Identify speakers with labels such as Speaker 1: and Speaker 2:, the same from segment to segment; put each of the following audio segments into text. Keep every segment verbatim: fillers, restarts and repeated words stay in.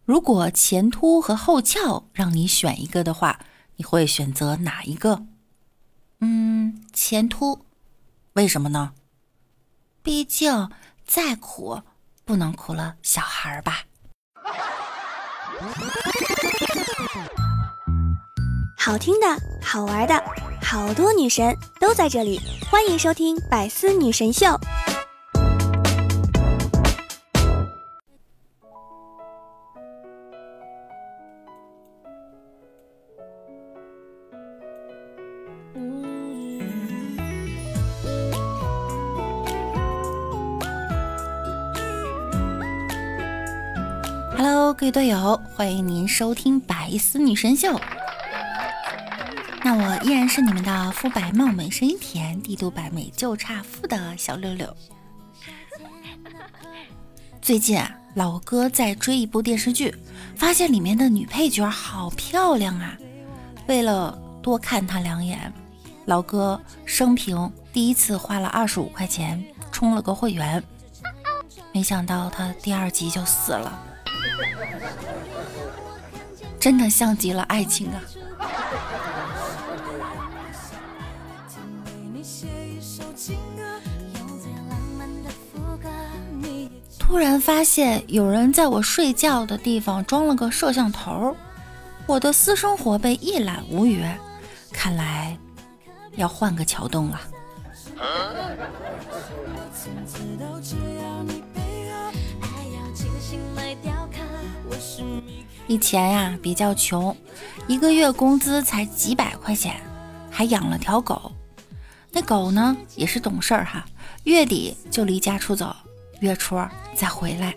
Speaker 1: 如果前凸和后翘让你选一个的话，你会选择哪一个？嗯，前凸。为什么呢？毕竟再苦不能苦了小孩吧。
Speaker 2: 好听的，好玩的，好多女神都在这里，欢迎收听百思女神秀。
Speaker 1: Hello， 各位队友，欢迎您收听百思女神秀。那我依然是你们的肤白貌美声音甜帝都百美就差富的小六六。最近啊，老哥在追一部电视剧，发现里面的女配角好漂亮啊。为了多看她两眼，老哥生平第一次花了二十五块钱充了个会员，没想到他第二集就死了。真的像极了爱情啊。突然发现有人在我睡觉的地方装了个摄像头，我的私生活被一览无余，看来要换个桥洞了。以前呀比较穷，一个月工资才几百块钱，还养了条狗。那狗呢也是懂事儿哈，月底就离家出走，月初再回来。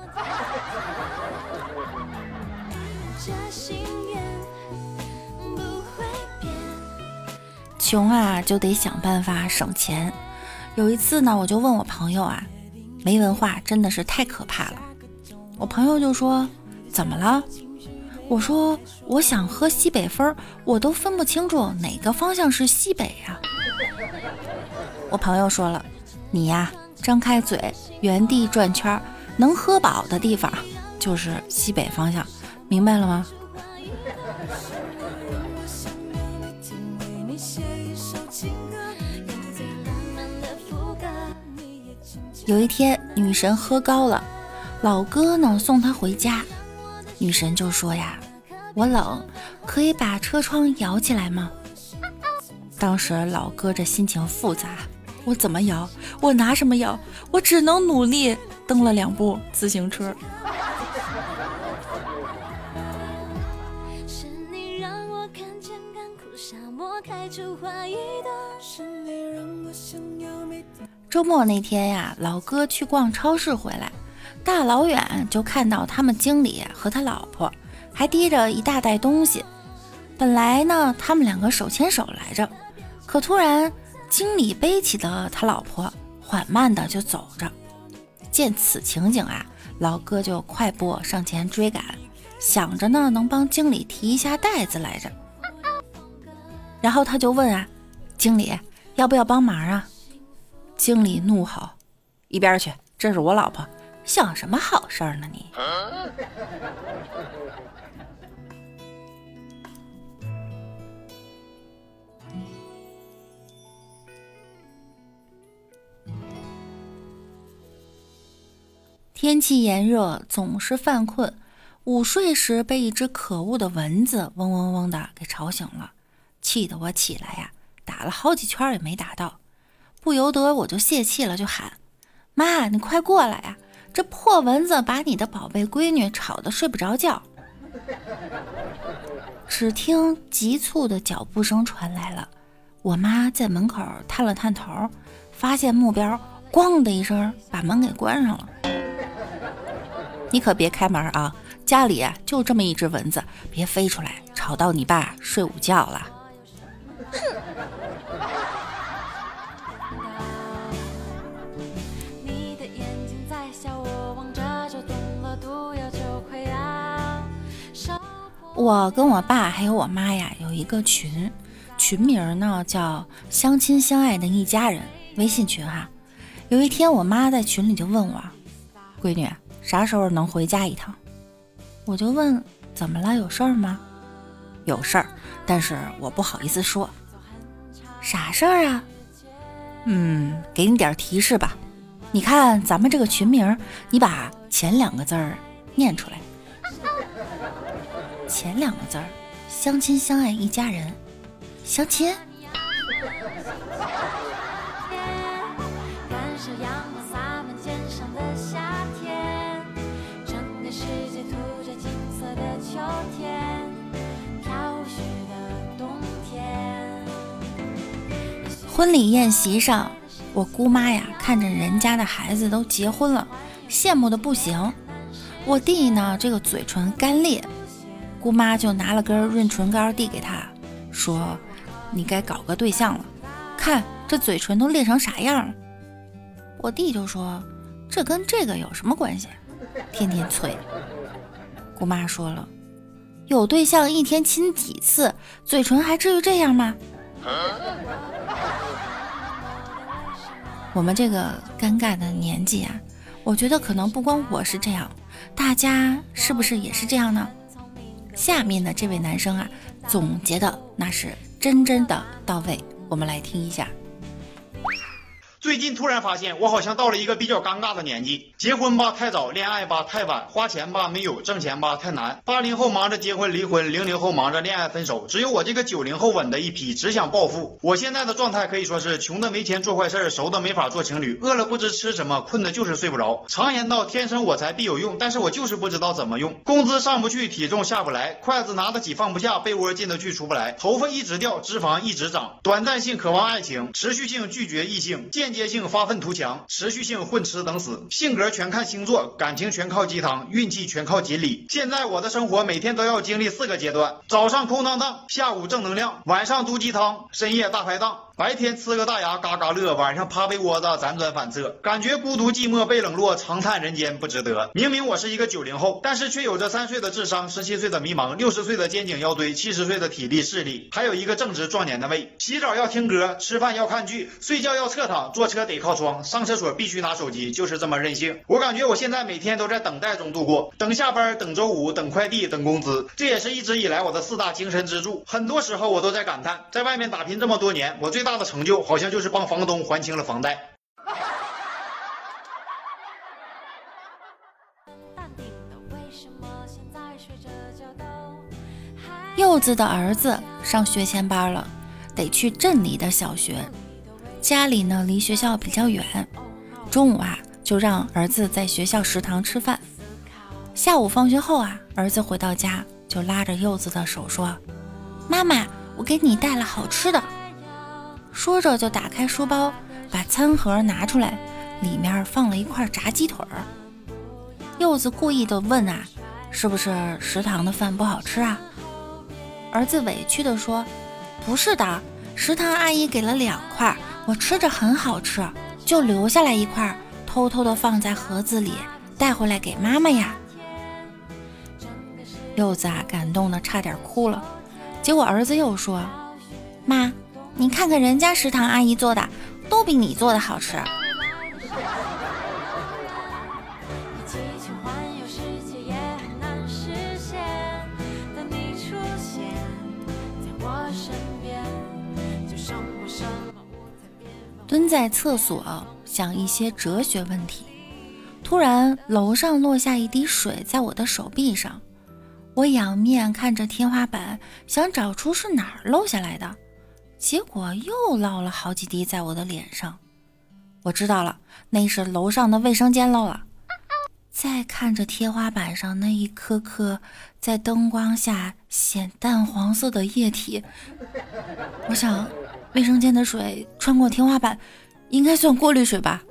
Speaker 1: 穷啊就得想办法省钱。有一次呢，我就问我朋友啊，没文化真的是太可怕了。我朋友就说怎么了？我说我想喝西北风，我都分不清楚哪个方向是西北呀。我朋友说了，你呀张开嘴原地转圈，能喝饱的地方就是西北方向，明白了吗？有一天女神喝高了，老哥呢送她回家，女神就说呀，我冷，可以把车窗摇起来吗？当时老哥这心情复杂，我怎么摇？我拿什么摇？我只能努力蹬了两部自行车。周末那天呀，老哥去逛超市回来，大老远就看到他们经理和他老婆还提着一大袋东西。本来呢他们两个手牵手来着，可突然经理背起的他老婆缓慢的就走着。见此情景啊，老哥就快步上前追赶，想着呢能帮经理提一下袋子来着。然后他就问啊，经理要不要帮忙啊？经理怒吼，一边去，这是我老婆，想什么好事儿呢你？天气炎热，总是犯困，午睡时被一只可恶的蚊子嗡嗡嗡的给吵醒了，气得我起来呀，打了好几圈也没打到，不由得我就泄气了，就喊，妈，你快过来呀，这破蚊子把你的宝贝闺女吵得睡不着觉。只听急促的脚步声传来了，我妈在门口探了探头，发现目标，咣的一声把门给关上了。你可别开门啊，家里啊就这么一只蚊子，别飞出来吵到你爸睡午觉了。哼。我跟我爸还有我妈呀有一个群，群名呢叫相亲相爱的一家人，微信群哈。有一天我妈在群里就问我，闺女啥时候能回家一趟？ 我就问怎么了，有事儿吗？有事儿，但是我不好意思说。啥事儿啊？嗯，给你点提示吧。你看咱们这个群名，你把前两个字儿念出来。前两个字儿，相亲相爱一家人。相亲？婚礼宴席上，我姑妈呀看着人家的孩子都结婚了，羡慕的不行。我弟呢这个嘴唇干裂，姑妈就拿了根润唇膏递给他，说你该搞个对象了，看这嘴唇都裂成啥样了。我弟就说这跟这个有什么关系，天天催。姑妈说了，有对象一天亲几次，嘴唇还至于这样吗？我们这个尴尬的年纪啊，我觉得可能不光我是这样，大家是不是也是这样呢？下面的这位男生啊，总结的那是真真的到位，我们来听一下。
Speaker 3: 最近突然发现我好像到了一个比较尴尬的年纪，结婚吧太早，恋爱吧太晚，花钱吧没有，挣钱吧太难。八零后忙着结婚离婚，零零后忙着恋爱分手，只有我这个九零后稳的一批，只想暴富。我现在的状态可以说是穷的没钱做坏事，熟的没法做情侣，饿了不知吃什么，困的就是睡不着。常言道天生我材必有用，但是我就是不知道怎么用。工资上不去，体重下不来，筷子拿得起放不下，被窝进得去出不来，头发一直掉，脂肪一直长，短暂性渴望爱情，持续性拒绝异性，间接性发愤图强，持续性混吃等死，性格全看星座，感情全靠鸡汤，运气全靠锦鲤。现在我的生活每天都要经历四个阶段，早上空荡荡，下午正能量，晚上毒鸡汤，深夜大排档。白天呲个大牙嘎嘎乐，晚上趴被窝子辗转反侧，感觉孤独寂寞被冷落，长叹人间不值得。明明我是一个九零后，但是却有着三岁的智商，十七岁的迷茫，六十岁的肩颈腰椎，七十岁的体力视力，还有一个正值壮年的胃。洗澡要听歌，吃饭要看剧，睡觉要侧躺，坐车得靠窗，上厕所必须拿手机，就是这么任性。我感觉我现在每天都在等待中度过，等下班，等周五，等快递，等工资，这也是一直以来我的四大精神支柱。很多时候我都在感叹，在外面打拼这么多年，我最大的成就好像就是帮房东还清了房贷。
Speaker 1: 柚子的儿子上学前班了，得去镇里的小学，家里呢离学校比较远，中午啊就让儿子在学校食堂吃饭。下午放学后啊，儿子回到家就拉着柚子的手说，妈妈，我给你带了好吃的。说着就打开书包，把餐盒拿出来，里面放了一块炸鸡腿儿。柚子故意的问啊，是不是食堂的饭不好吃啊？儿子委屈的说，不是的，食堂阿姨给了两块，我吃着很好吃，就留下来一块，偷偷的放在盒子里，带回来给妈妈呀。柚子啊感动的差点哭了，结果儿子又说，妈，你看看人家食堂阿姨做的都比你做的好吃。蹲在厕所想一些哲学问题，突然楼上落下一滴水在我的手臂上，我仰面看着天花板，想找出是哪儿漏下来的，结果又落了好几滴在我的脸上。我知道了，那是楼上的卫生间漏了。再看着天花板上那一颗颗在灯光下显淡黄色的液体，我想卫生间的水穿过天花板应该算过滤水吧。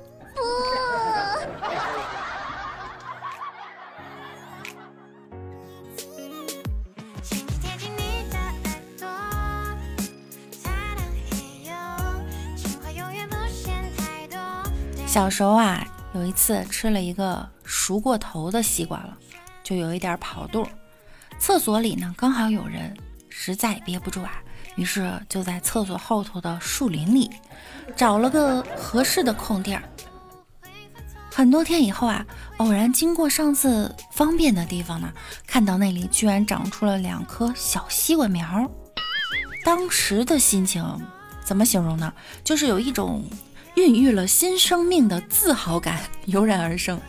Speaker 1: 小时候啊，有一次吃了一个熟过头的西瓜了，就有一点跑肚。厕所里呢刚好有人，实在憋不住啊，于是就在厕所后头的树林里找了个合适的空地儿。 很多天以后啊，偶然经过上次方便的地方呢，看到那里居然长出了两颗小西瓜苗。当时的心情怎么形容呢？就是有一种孕育了新生命的自豪感油然而生。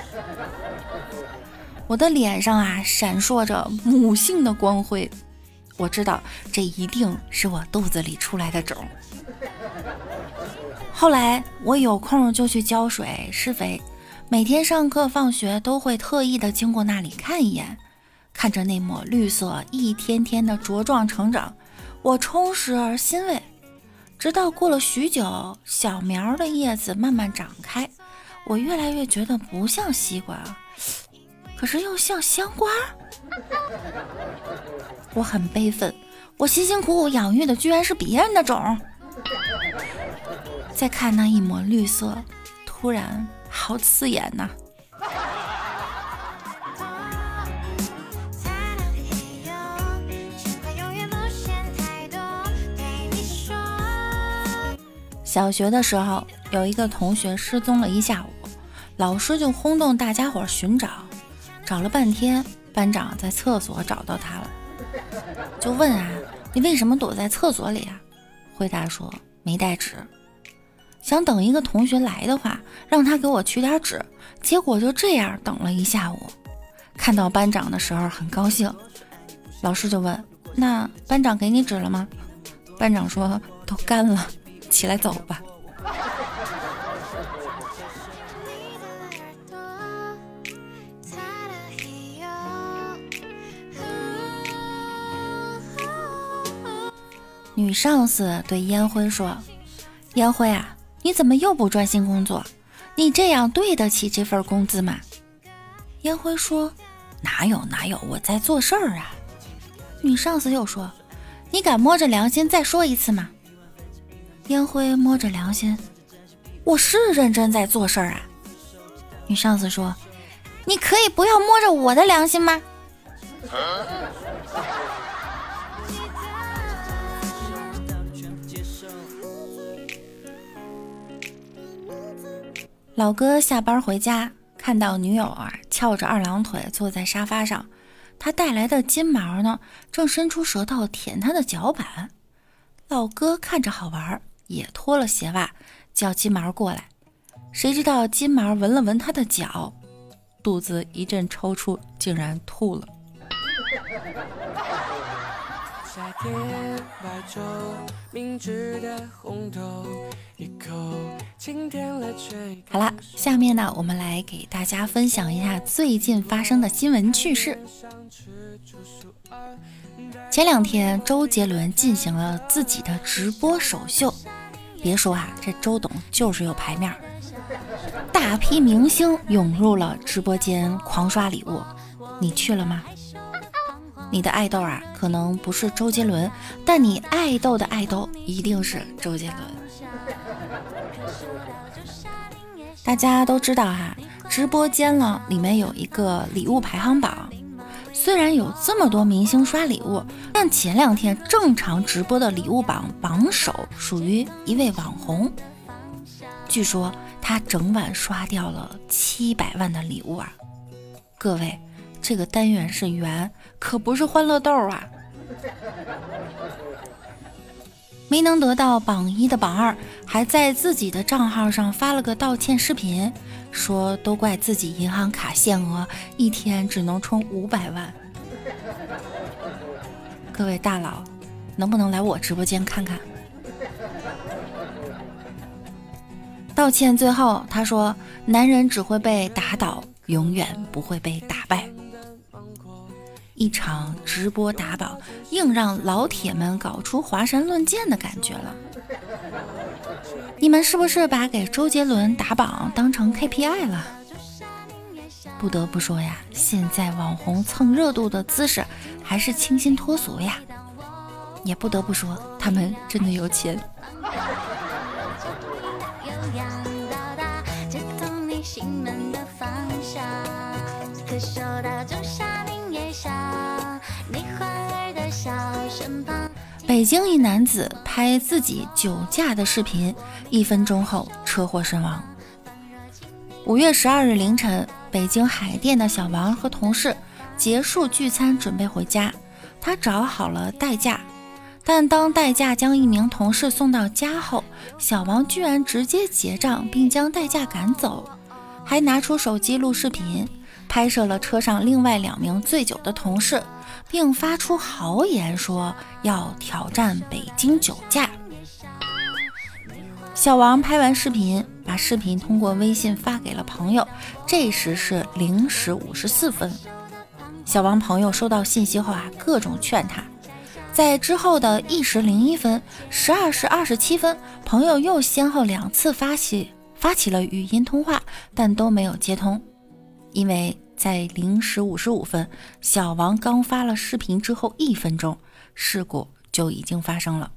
Speaker 1: 我的脸上啊闪烁着母性的光辉，我知道这一定是我肚子里出来的种。后来我有空就去浇水施肥，每天上课放学都会特意的经过那里看一眼，看着那抹绿色一天天的茁壮成长，我充实而欣慰。直到过了许久，小苗的叶子慢慢长开，我越来越觉得不像西瓜，可是又像香瓜。我很悲愤，我辛辛苦苦养育的居然是别人的种。再看那一抹绿色，突然好刺眼呐、小学的时候，有一个同学失踪了一下午，老师就轰动大家伙寻找，找了半天，班长在厕所找到他了，就问啊，你为什么躲在厕所里啊？回答说没带纸，想等一个同学来的话，让他给我取点纸，结果就这样等了一下午。看到班长的时候很高兴，老师就问，那班长给你纸了吗？班长说都干了，起来走吧。女上司对烟灰说，烟灰啊，你怎么又不专心工作？你这样对得起这份工资吗？烟灰说，哪有哪有，我在做事儿啊。女上司又说，你敢摸着良心再说一次吗？烟灰摸着良心，我是认真在做事儿啊。女上司说，你可以不要摸着我的良心吗？老哥下班回家，看到女友啊翘着二郎腿坐在沙发上，他带来的金毛呢正伸出舌头舔他的脚板。老哥看着好玩，也脱了鞋袜叫金毛过来，谁知道金毛闻了闻他的脚，肚子一阵抽搐，竟然吐了。夏天白昼，明治的红豆，一口清甜了吹。好了，下面呢，我们来给大家分享一下最近发生的新闻趣事。前两天，周杰伦进行了自己的直播首秀。别说啊，这周董就是有排面，大批明星涌入了直播间狂刷礼物。你去了吗？你的爱豆啊，可能不是周杰伦，但你爱豆的爱豆一定是周杰伦。大家都知道哈，直播间了里面有一个礼物排行榜。虽然有这么多明星刷礼物，但前两天正常直播的礼物榜榜首属于一位网红。据说他整晚刷掉了七百万的礼物啊！各位，这个单元是元，可不是欢乐豆啊！没能得到榜一的榜二，还在自己的账号上发了个道歉视频，说都怪自己银行卡限额，一天只能充五百万。各位大佬，能不能来我直播间看看？道歉最后他说，男人只会被打倒，永远不会被打败。一场直播打榜，硬让老铁们搞出华山论剑的感觉了。你们是不是把给周杰伦打榜当成 K P I 了？不得不说呀，现在网红蹭热度的姿势还是清新脱俗呀。也不得不说，他们真的有钱。北京一男子拍自己酒驾的视频，一分钟后车祸身亡。 五月十二日凌晨，北京海淀的小王和同事结束聚餐，准备回家。他找好了代驾，但当代驾将一名同事送到家后，小王居然直接结账，并将代驾赶走，还拿出手机录视频，拍摄了车上另外两名醉酒的同事，并发出豪言说要挑战北京酒驾。小王拍完视频，把视频通过微信发给了朋友，这时是零时五十四分。小王朋友收到信息后啊，各种劝他。在之后的一时零一分、十二时二十七分，朋友又先后两次发起发起了语音通话，但都没有接通。因为在零时五十五分，小王刚发了视频之后一分钟，事故就已经发生了。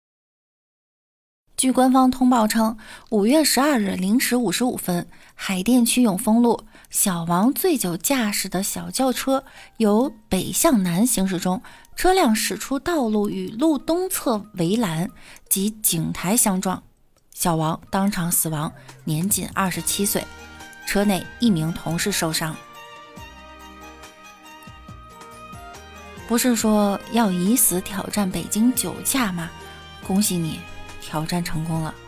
Speaker 1: 据官方通报称，五月十二日零时五十五分，海淀区永丰路，小王醉酒驾驶的小轿车由北向南行驶中，车辆驶出道路与路东侧围栏及井台相撞，小王当场死亡，年仅二十七岁，车内一名同事受伤。不是说要以死挑战北京酒驾吗？恭喜你，挑战成功了。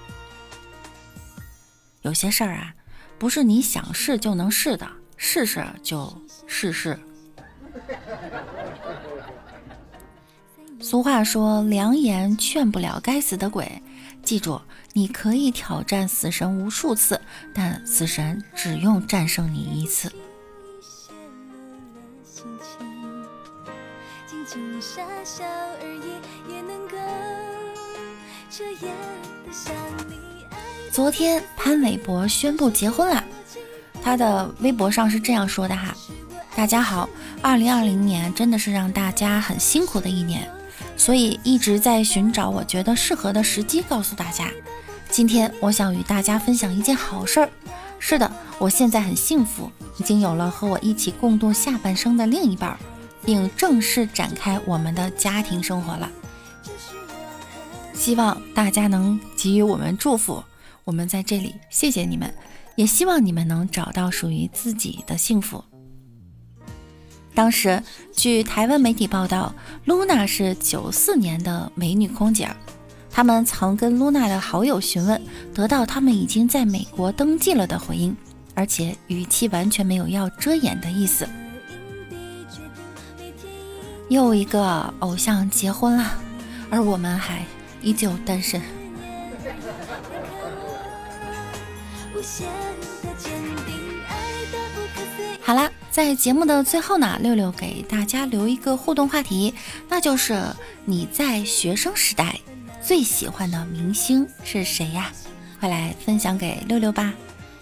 Speaker 1: 有些事儿啊，不是你想试就能试的，试试就试试。俗话说，良言劝不了该死的鬼。记住，你可以挑战死神无数次，但死神只用战胜你一次。昨天潘玮柏宣布结婚了，他的微博上是这样说的哈：大家好，二零二零年真的是让大家很辛苦的一年，所以一直在寻找我觉得适合的时机告诉大家。今天我想与大家分享一件好事儿。是的，我现在很幸福，已经有了和我一起共度下半生的另一半，并正式展开我们的家庭生活了。希望大家能给予我们祝福，我们在这里谢谢你们，也希望你们能找到属于自己的幸福。当时据台湾媒体报道，露娜是九四年的美女空姐，他们曾跟露娜的好友询问，得到他们已经在美国登记了的回应，而且语气完全没有要遮掩的意思。又一个偶像结婚了，而我们还依旧单身。好啦，在节目的最后呢，六六给大家留一个互动话题，那就是你在学生时代最喜欢的明星是谁呀？快来分享给六六吧。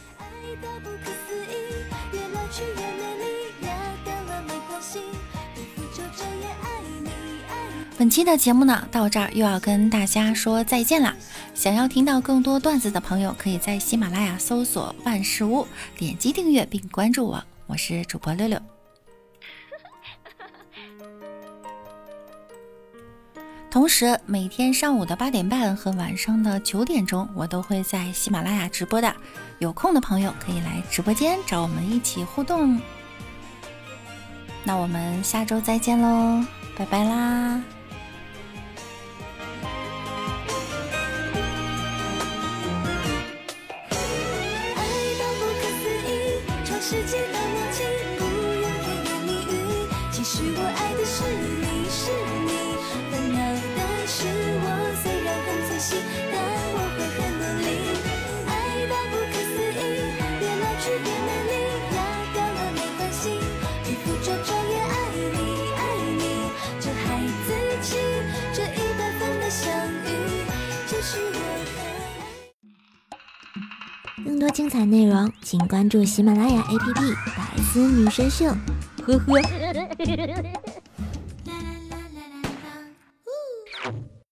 Speaker 1: 本期的节目呢，到这儿又要跟大家说再见啦。想要听到更多段子的朋友，可以在喜马拉雅搜索万事屋，点击订阅并关注我，我是主播六六。同时每天上午的八点半和晚上的九点钟，我都会在喜马拉雅直播的，有空的朋友可以来直播间找我们一起互动。那我们下周再见喽，拜拜啦。世界的默契，不用甜言蜜语，其实我爱的是你，是你。烦恼的是我，虽然很仔细，但我会很努力。爱到不可思议，越老去越美丽，压掉了没关系，皮肤皱皱也爱你，爱你。这孩子气，这一百分的相遇，就是我的。
Speaker 2: 更多精彩内容，请关注喜马拉雅 A P P 百思女神秀。呵呵。